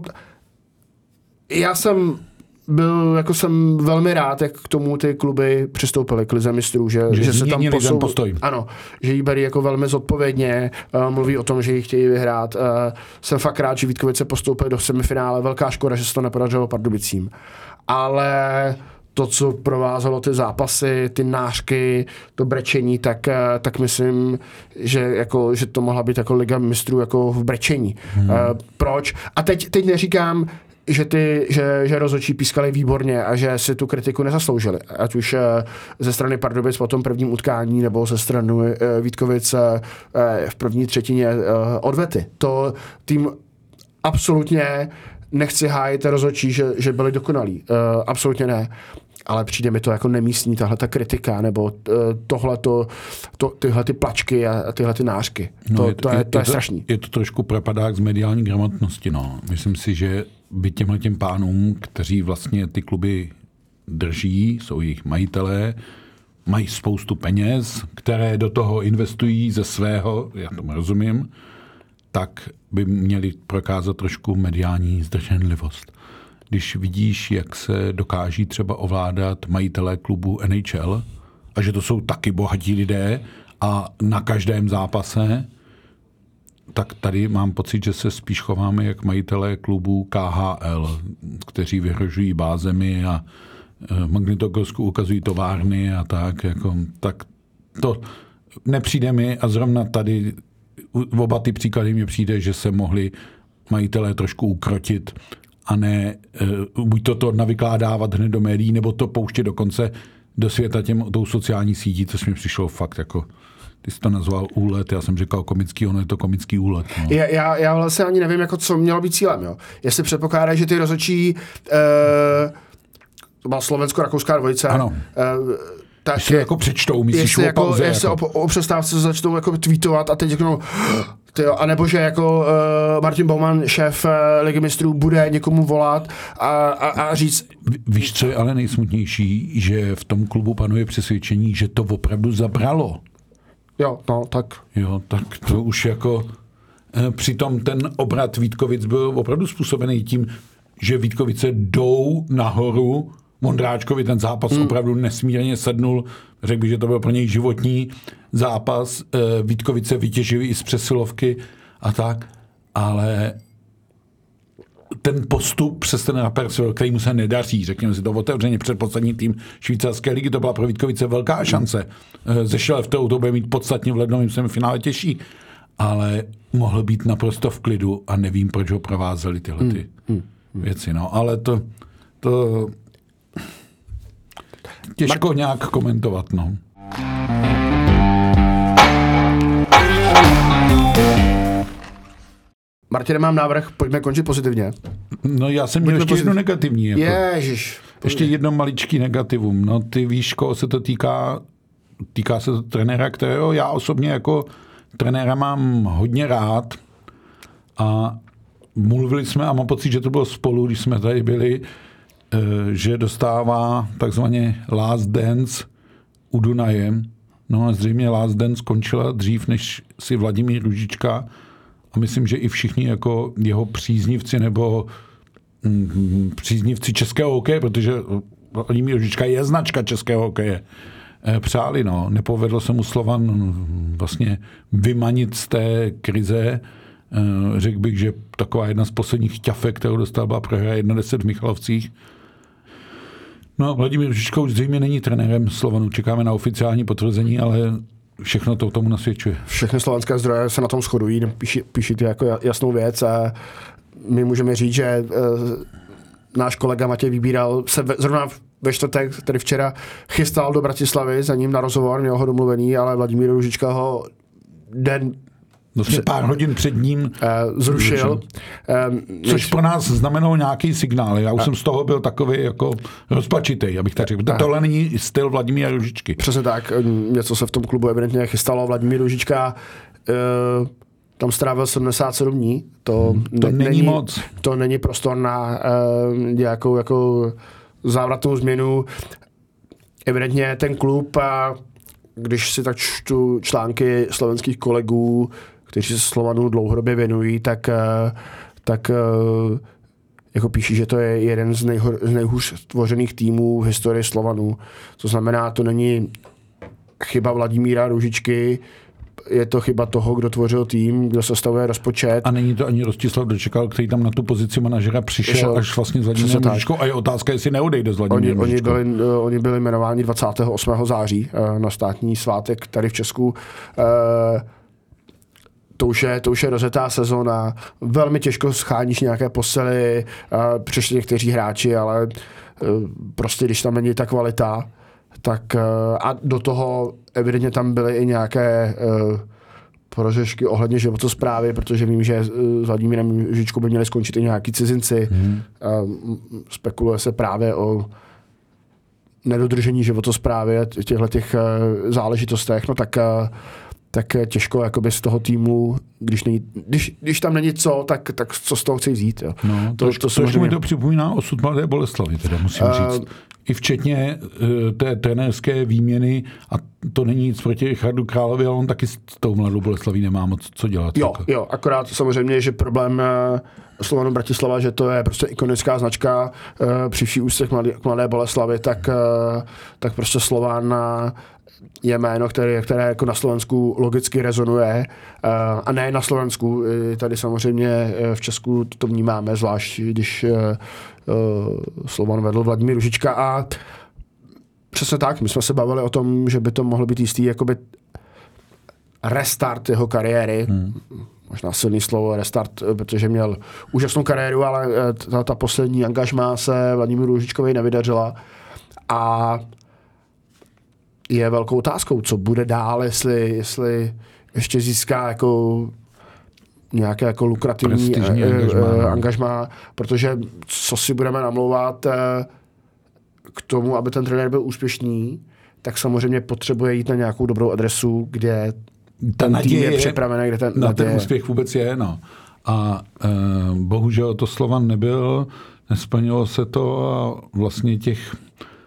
já jsem byl, jako jsem velmi rád, jak k tomu ty kluby přistoupily k lize mistrů, že, že, že se tam posou, postoj. Ano, že jí berí jako velmi zodpovědně, uh, mluví o tom, že ji chtějí vyhrát. Uh, jsem fakt rád, že Vítkovice postoupili do semifinále, velká škoda, že se to nepodařilo Pardubicím. Ale to, co provázelo ty zápasy, ty nářky, to brečení, tak, tak myslím, že, jako, že to mohla být jako liga mistrů jako v brečení. Hmm. Uh, proč? A teď, teď neříkám, že, ty, že, že rozhodčí pískali výborně a že si tu kritiku nezasloužili. Ať už ze strany Pardubic po tom prvním utkání nebo ze strany Vítkovic v první třetině odvety. To tým absolutně nechci hájit rozhodčí, že, že byli dokonalí. Absolutně ne. Ale přijde mi to jako nemístní, tahle ta kritika, nebo tohleto, to, tyhle ty plačky a tyhle ty nářky. No to, je, to, je, je, to je, je strašný. Je to trošku propadák z mediální gramotnosti. No. Myslím si, že by těmhle těm pánům, kteří vlastně ty kluby drží, jsou jejich majitelé, mají spoustu peněz, které do toho investují ze svého, já tomu rozumím, tak by měli prokázat trošku mediální zdrženlivost. Když vidíš, jak se dokáží třeba ovládat majitelé klubu N H L a že to jsou taky bohatí lidé a na každém zápase, tak tady mám pocit, že se spíš chováme jak majitelé klubu K H L, kteří vyhrožují bázemi a v Magnitogorsku ukazují továrny a tak. Jako, tak to nepřijde mi a zrovna tady v oba ty příklady mi přijde, že se mohli majitelé trošku ukrotit a ne buď to to navykládávat hned do médií, nebo to pouštět dokonce do světa těm, tou sociální sítí, což mi přišlo fakt jako, ty jsi to nazval úlet, já jsem říkal komický, ono je to komický úlet. No. Já, já, já vlastně ani nevím, jako co mělo být cílem. Jo. Jestli předpokládá, že ty rozhodčí uh, to byla slovensko-rakouská dvojice. Ano. Uh, tak jestli jako přečtou, myslíš jestli o jako, pauze. Jestli jako. o, o přestávce začnou jako tweetovat a teď řeknou, tyjo, anebo že jako uh, Martin Baumann, šéf uh, Ligy mistrů, bude někomu volat a, a, a říct... Víš, co je ale nejsmutnější, že v tom klubu panuje přesvědčení, že to opravdu zabralo. Jo, no, tak... Jo, tak to už jako... Přitom ten obrat Vítkovic byl opravdu způsobený tím, že Vítkovice jdou nahoru, Vondráčkovi ten zápas hmm. opravdu nesmírně sednul, řekl bych, že to byl pro něj životní zápas, Vítkovice vytěžili i z přesilovky a tak, ale ten postup přes ten Rapperswil, který mu se nedaří, řekněme si to otevřeně, předposlední tým švýcarské ligy, to byla pro Vítkovice velká šance. Ze Šeleftou to bude mít podstatně v lednovém semifinále těžší, ale mohl být naprosto v klidu a nevím, proč ho provázeli tyhle ty hmm. Hmm. věci. No, ale to, to těžko Mar- nějak komentovat. No. Martine, mám návrh, pojďme končit pozitivně. No já jsem měl ještě pozitiv... jedno negativní. Jako. Ježiš. Ještě jedno maličký negativum. No ty víš, koho se to týká, týká se to trenéra, kterého já osobně jako trenéra mám hodně rád a mluvili jsme a mám pocit, že to bylo spolu, když jsme tady byli, že dostává takzvaně Last Dance u Dunaje. No a zřejmě Last Dance skončila dřív, než si Vladimír Růžička a myslím, že i všichni jako jeho příznivci nebo mm, příznivci českého hokeje, protože Vladimír Růžička je značka českého hokeje, přáli, no. Nepovedlo se mu Slovan vlastně vymanit z té krize. Řekl bych, že taková jedna z posledních ťafek, kterou dostal, byla prohra jedna deset v Michalovcích. No a Vladimír Růžička už zřejmě není trenérem Slovanu. Čekáme na oficiální potvrzení, ale všechno to tomu nasvědčuje. Všechny slovanské zdroje se na tom shodují, píší, píší to jako jasnou věc a my můžeme říct, že náš kolega Matěj Vybíral se zrovna ve čtvrtek, tedy včera, chystal do Bratislavy za ním na rozhovor, měl ho domluvený, ale Vladimír Růžička ho den Vlastně pár hodin před ním uh, zrušil. Um, Což než... pro nás znamenalo nějaký signál. Já už a... jsem z toho byl takový jako rozpačitej, abych tak řekl. A... Tohle není styl Vladimíra Růžičky. Přesně tak. Něco se v tom klubu evidentně chystalo. Vladimír Růžička uh, tam strávil sedmdesát sedm dní. To, hmm, to ne, není, není moc. To není prostor na uh, nějakou jako závratnou změnu. Evidentně ten klub, a když si tak čtu články slovenských kolegů, kteří se Slovanu dlouhodobě věnují, tak, tak jako píší, že to je jeden z, nejhor, z nejhůř tvořených týmů v historii Slovanu. To znamená, to není chyba Vladimíra Růžičky, je to chyba toho, kdo tvořil tým, kdo sestavuje rozpočet. A není to ani Rostislav Dočekal, který tam na tu pozici manažera přišel Přišel, až vlastně s Vladimírem Růžičkou a je otázka, jestli neodejde s Vladimírem oni, oni, byli, oni byli jmenováni dvacátého osmého září na státní svátek tady v Česku. To už, je, to už je rozjetá sezona, velmi těžko scháníš nějaké posily, přišli někteří hráči, ale prostě když tam není ta kvalita, tak a do toho evidentně tam byly i nějaké uh, prořešky ohledně životosprávy, protože vím, že s Vladimírem Růžičkou by měli skončit i nějaký cizinci. Hmm. Uh, spekuluje se právě o nedodržení životosprávy a těchto těch uh, záležitostech, no tak uh, tak těžko jakoby z toho týmu, když, není, když, když tam není co, tak, tak co z toho chci vzít. Jo. No, to, to, to, to samozřejmě mi to připomíná osud Mladé Boleslavy, teda musím uh, říct. I včetně uh, té trenérské výměny, a to není nic proti Richardu Královi, ale on taky s tou Mladou Boleslaví nemá moc co dělat. Jo, jako. jo, akorát samozřejmě, že problém uh, Slovanu Bratislava, že to je prostě ikonická značka, uh, při vší úctě k Mladé, k Mladé Boleslavy, tak, uh, tak prostě Slovan uh, je jméno, které, které jako na Slovensku logicky rezonuje. Uh, a ne na Slovensku, tady samozřejmě v Česku to vnímáme, zvlášť když uh, uh, Slovan vedl Vladimír Růžička. A přesně tak, my jsme se bavili o tom, že by to mohlo být jistý jakoby restart jeho kariéry. Hmm. Možná silný slovo restart, protože měl úžasnou kariéru, ale ta, ta poslední angažmá se Vladimíru Růžičkovi nevydařila. A je velkou otázkou, co bude dál, jestli, jestli ještě získá jako nějaké jako lukrativní eh, angažmá, no. angažmá, protože co si budeme namlouvat, eh, k tomu, aby ten trenér byl úspěšný, tak samozřejmě potřebuje jít na nějakou dobrou adresu, kde ta ten tým je připravený, kde ten, na naděje. ten úspěch vůbec je. No. A e, bohužel to Slovan nebyl, nesplnilo se to a vlastně těch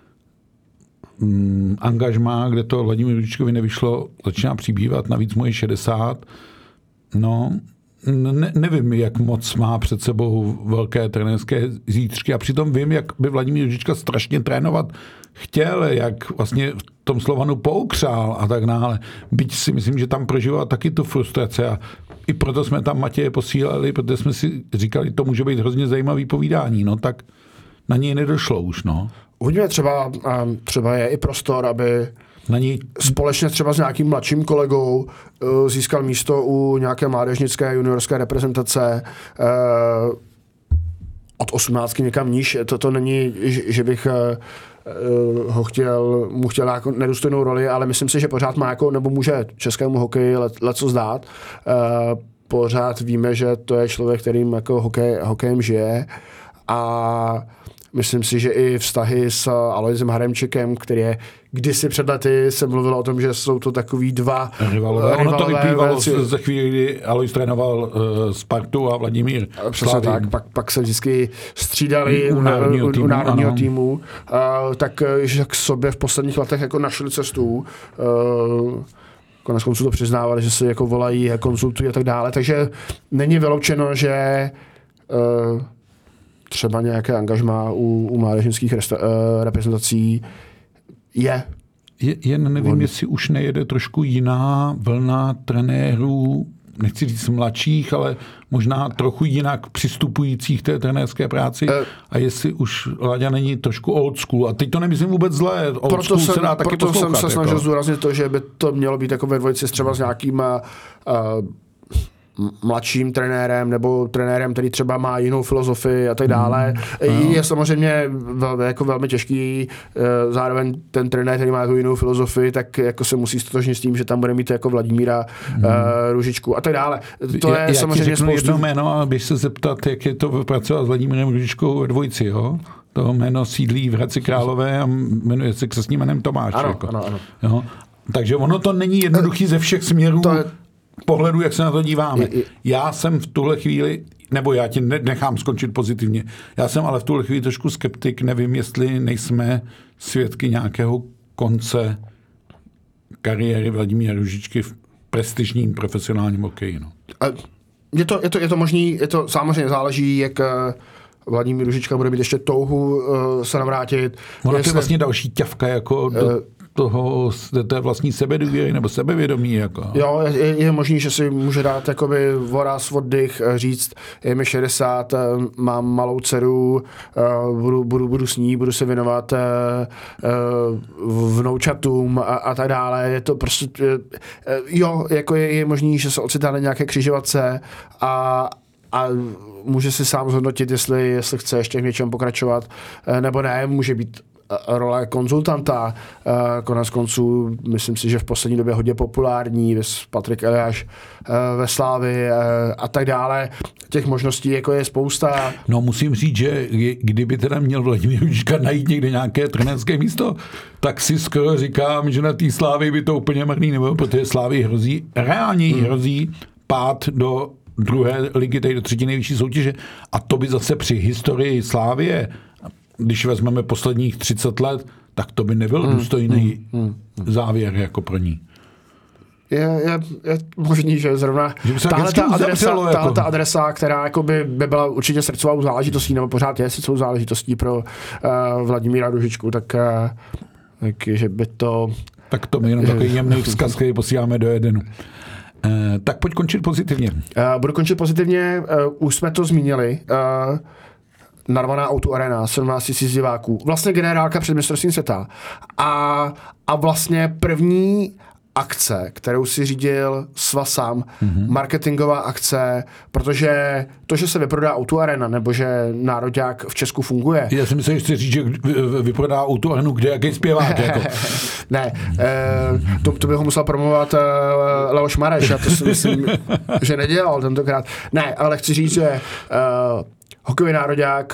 mm, angažmá, kde to Vladimíru Růžičkovi nevyšlo, začíná přibývat, navíc mu je šedesát. No, ne, nevím, jak moc má před sebou velké trenérské zítřky a přitom vím, jak by Vladimír Růžička strašně trénovat chtěl, jak vlastně v tom Slovanu poukřál a tak dále. Byť si myslím, že tam prožíval taky tu frustraci a i proto jsme tam Matěje posílali, protože jsme si říkali, to může být hrozně zajímavý povídání, no tak na něj nedošlo už, no. Uvidíme, třeba, třeba je i prostor, aby na něj společně třeba s nějakým mladším kolegou uh, získal místo u nějaké mládežnické juniorské reprezentace uh, od osmnáctky někam níž. To, to není, že, že bych uh, ho chtěl, mu chtěl jako nedůstojnou roli, ale myslím si, že pořád má jako, nebo může českému hokeji let, leco zdát. Uh, pořád víme, že to je člověk, kterým jako hokej, hokejem žije a myslím si, že i vztahy s Alojzem Haremčekem, který je kdysi před lety se mluvilo o tom, že jsou to takový dva rivalové. Ono to vyplývalo ze chvíli, kdy Alojz trénoval uh, Spartu a Vladimír Přesně tak, pak, pak se vždycky střídali u národního týmu, u národního týmu uh, tak že k sobě v posledních letech jako našli cestu. Uh, konec konců to přiznávali, že se jako volají, konzultují a tak dále, takže není vyloučeno, že uh, třeba nějaké angažmá u, u mládežnických resta, uh, reprezentací je. je. Jen nevím, On... jestli už nejede trošku jiná vlna trenérů, nechci říct mladších, ale možná trochu jinak přistupujících té trenérské práci uh, a jestli už Láďa není trošku old school. A teď to nemyslím vůbec zlé. Old proto school jsem, se dá taky proto poslouchat. jsem se snažil jako zdůraznit to, že by to mělo být jako ve dvojici třeba s nějakým uh, mladším trenérem nebo trenérem, který třeba má jinou filozofii a tak dále. Mm, je samozřejmě vel, jako velmi těžký, zároveň ten trenér, který má jako jinou filozofii, tak jako se musí stotožnit s tím, že tam bude mít jako Vladimíra mm. uh, Růžičku a tak dále. To já, je já samozřejmě spoustu... jedno jméno a běž se zeptat, jak je to pracovat s Vladimírem Růžičkou ve dvojici, jo? To jméno sídlí v Hradci Králové a jmenuje se křestním jménem Tomáš. Ano, jako. ano, ano. Jo? Takže ono to není jednoduchý ze všech směrů. To je... pohledu, jak se na to díváme. Já jsem v tuhle chvíli, nebo já ti nechám skončit pozitivně, já jsem ale v tuhle chvíli trošku skeptik, nevím, jestli nejsme svědky nějakého konce kariéry Vladimíra Růžičky v prestižním profesionálním hokeji. No. Je to, je to, je to možný, je to samozřejmě záleží, jak Vladimír Růžička bude mít ještě touhu uh, se navrátit. Ono to je vlastně další ťavka jako do... Uh, toho, té vlastní sebedůvěry nebo sebevědomí. Jako. Jo, je, je možný, že si může dát jakoby voraz, oddych, říct, je mi šedesát, mám malou dceru, budu, budu, budu s ní, budu se věnovat vnoučatům a, a tak dále. Je to prostě, jo, jako je, je možný, že se ocitá na nějaké křižovatce a a může si sám zhodnotit, jestli, jestli chce ještě v něčem pokračovat, nebo ne, může být role konzultanta, konec konců, myslím si, že v poslední době hodně populární, Patrik Eliáš ve Slávii a tak dále. Těch možností jako je spousta. No musím říct, že kdyby teda měl Vladimír Růžička najít někde nějaké trenérské místo, tak si skoro říkám, že na té Slávii by to úplně marný nebylo, protože Slávii hrozí, reálně hmm. hrozí pád do druhé ligy, tedy do třetí nejvyšší soutěže. A to by zase při historii Slávie, když vezmeme posledních třicet let, tak to by nebyl hmm. důstojný hmm. Hmm. závěr jako pro ní. Je, je, je možný, že zrovna tahle ta adresa, jako. tahle ta adresa, která jako by, by byla určitě srdcovou záležitostí, nebo pořád je srdcovou záležitostí pro uh, Vladimíra Růžičku, tak, uh, tak že by to... Tak to my jenom takový jemný vzkaz, který posíláme do Edenu. Uh, tak pojď končit pozitivně. Uh, budu končit pozitivně, uh, už jsme to zmínili. Uh, narvaná Outu Arena, sedmnáct tisíc diváků. Vlastně generálka před mistrovstvím světa. A, a vlastně první akce, kterou si řídil Svaz sám, mm-hmm. marketingová akce, protože to, že se vyprodá Outu Arena, nebo že nároďák v Česku funguje. Já si myslím, že chci říct, že vyprodá Outu Arenu, kde jaký zpěvák. Jako. Ne, eh, to, to by ho musel promovat eh, Leoš Mareš, a to si myslím, že nedělal tentokrát. Ne, ale chci říct, že eh, hokejový nároďák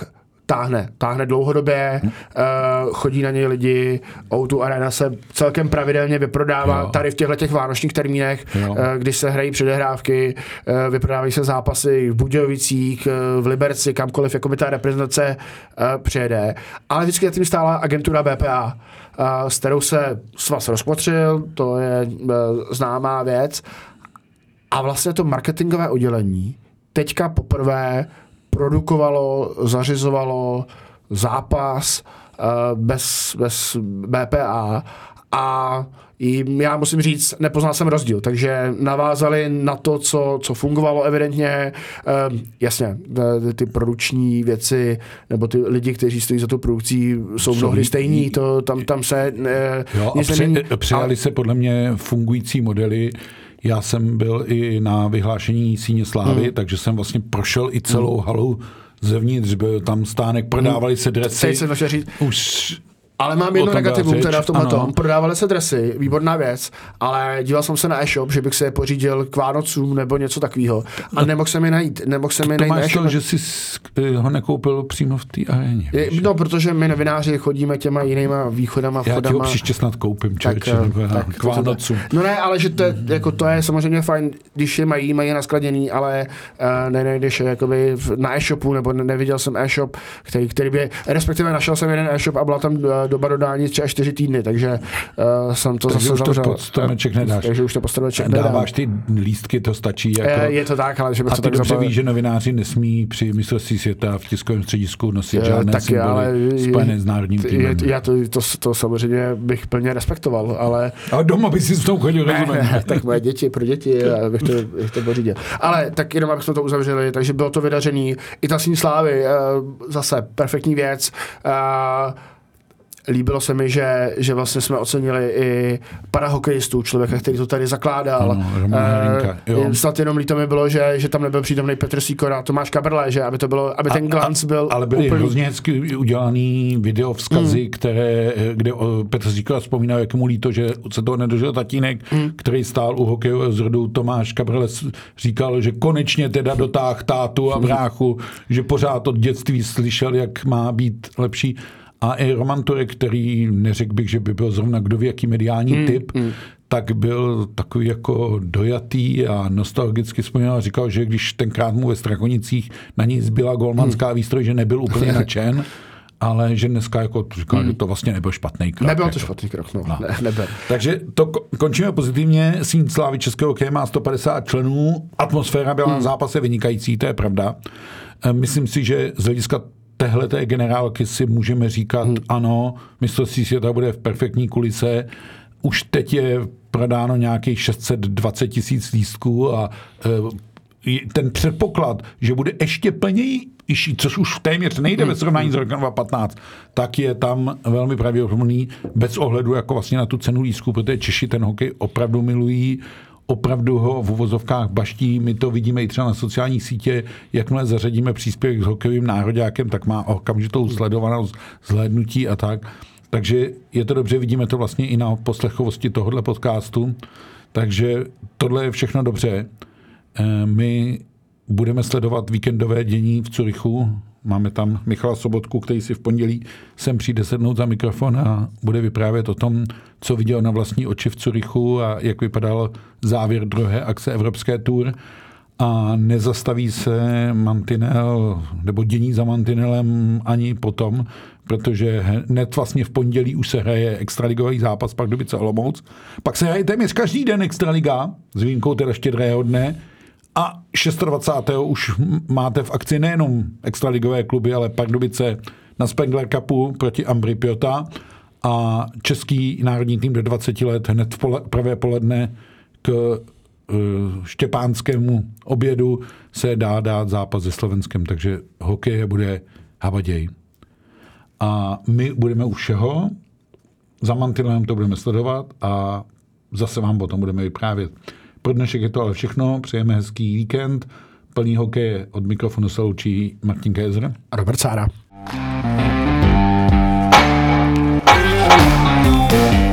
táhne. Táhne dlouhodobě, hmm. uh, chodí na něj lidi, ó dva Arena se celkem pravidelně vyprodává jo. tady v těchto těch vánočních termínech, uh, když se hrají předehrávky, uh, vyprodávají se zápasy v Budějovicích, uh, v Liberci, kamkoliv, jako by ta reprezentace uh, přijede. Ale vždycky tím stála agentura B P A, uh, s kterou se svaz rozpotřil, to je uh, známá věc. A vlastně to marketingové oddělení teďka poprvé produkovalo, zařizovalo zápas uh, bez, bez B P A a já musím říct, nepoznal jsem rozdíl, takže navázali na to, co, co fungovalo evidentně. Uh, jasně, ty, ty produkční věci, nebo ty lidi, kteří stojí za tu produkcí, jsou mnohdy stejní, to, tam, tam se uh, jo, nic nemění. Přijali ale... se podle mě fungující modely. Já jsem byl i na vyhlášení Síně slávy, hmm. takže jsem vlastně prošel i celou hmm. halu zevnitř, byl tam stánek, prodávali se dresy. Teď jsem to chtěl říct. Už ale mám jedno negativum teda v tomhle tom. Prodávali se dresy, výborná věc, ale díval jsem se na e-shop, že bych se je pořídil k Vánocům nebo něco takového. A no, nemohl jsem je najít. Nemohl jsem je to najít máš to, že jsi ho nekoupil přímo v té aréně. Je, no, protože my novináři chodíme těma jinýma východama, vchodama. Já ti ho příště snad koupím, člověče, tak, k Vánocům. No ne, ale že to, jako, to je samozřejmě fajn, když je mají, mají naskladěný, ale uh, nenajdeš je jakoby na e-shopu, nebo neviděl jsem e-shop, který, který by, respektive našel jsem jeden e-shop a byla tam doba dodání tři až čtyři týdny, takže uh, jsem to takže zase zavřel. Takže už to pod stromeček nedáš. Takže už to pod stromeček nedám. Dáváš ty lístky, to stačí. Jako... Je, je to tak, ale že bych a to ty tak dobře zapal... víš, že novináři nesmí při mistrovství světa v tiskovém středisku nosit je, žádné taky, symboly ale spojené s národním týmem. Je, já to, to, to samozřejmě bych plně respektoval, ale... A doma by si s tou chodil, ne, ne, tak moje děti, pro děti, já bych to, bych to pořídil. Ale tak jenom, abychom to uzavřeli, takže bylo to vydařený. I ta Síň slávy, zase perfektní věc. Líbilo se mi, že, že vlastně jsme ocenili i parahokejistu, člověka, který to tady zakládal. Ano, e, snad jenom líto mi bylo, že, že tam nebyl přítomný Petr Sýkora, Tomáš Kabrle, že aby to bylo, aby ten glanc byl ale byly úplný. Hrozně hezky udělaný video vzkazy, mm. které, kde Petr Sýkora vzpomínal, jak mu líto, že se toho nedožil tatínek, mm. který stál u hokejového zrodu. Tomáš Kabrle říkal, že konečně teda dotáhl tátu a bráchu, že pořád od dětství slyšel, jak má být lepší. A i Roman Turek, který neřekl bych, že by byl zrovna kdo ví, jaký mediální mm, typ, mm. tak byl takový jako dojatý a nostalgicky vzpomínal a říkal, že když tenkrát mu ve Strakonicích na něj zbyla golmanská mm. výstroj, že nebyl úplně nadšen, ale že dneska jako říkal, mm. že to vlastně nebyl špatný krok. Nebyl to jako. špatný krok, no. no. Ne, nebyl. Takže to končíme pozitivně. Síň slávy českého hokeje má sto padesát členů. Atmosféra byla mm. na zápase vynikající, to je pravda. Myslím si, že z hlediska téhleté generálky si můžeme říkat, hmm. ano, mistrovství světa bude v perfektní kulise. Už teď je prodáno nějakých šest set dvacet tisíc lístků a e, ten předpoklad, že bude ještě plnější, což už téměř nejde hmm. ve srovnání s rokem dva tisíce patnáct, tak je tam velmi pravděpodobný bez ohledu jako vlastně na tu cenu lístků, protože Češi ten hokej opravdu milují, opravdu ho v uvozovkách baští, my to vidíme i třeba na sociální sítě, jakmile zařadíme příspěvek s hokejovým nároďákem, tak má okamžitou sledovanost, zhlédnutí a tak. Takže je to dobře, vidíme to vlastně i na poslechovosti tohohle podcastu. Takže tohle je všechno dobře. My budeme sledovat víkendové dění v Curychu. Máme tam Michala Sobotku, který si v pondělí sem přijde sednout za mikrofon a bude vyprávět o tom, co viděl na vlastní oči v Curychu a jak vypadal závěr druhé akce Evropské tour. A nezastaví se mantinel, nebo dění za mantinelem ani potom, protože hned vlastně v pondělí už se hraje extraligový zápas Pardubice Olomouc. Pak se hraje téměř každý den extraliga, s výjimkou teda Štědrého dne. A dvacátého šestého už máte v akci nejenom extraligové kluby, ale Pardubice na Spengler Cupu proti Ambry Pjota a český národní tým do dvaceti let hned v pole, pravé poledne k uh, štěpánskému obědu se dá dát zápas se Slovenskem, takže hokej bude havaděj. A my budeme u všeho, za mantinelem to budeme sledovat a zase vám o tom budeme vyprávět. Pro dnešek je to ale všechno. Přejeme hezký víkend. Plný hokeje. Od mikrofonu se loučí Martin Kézer a Robert Sára.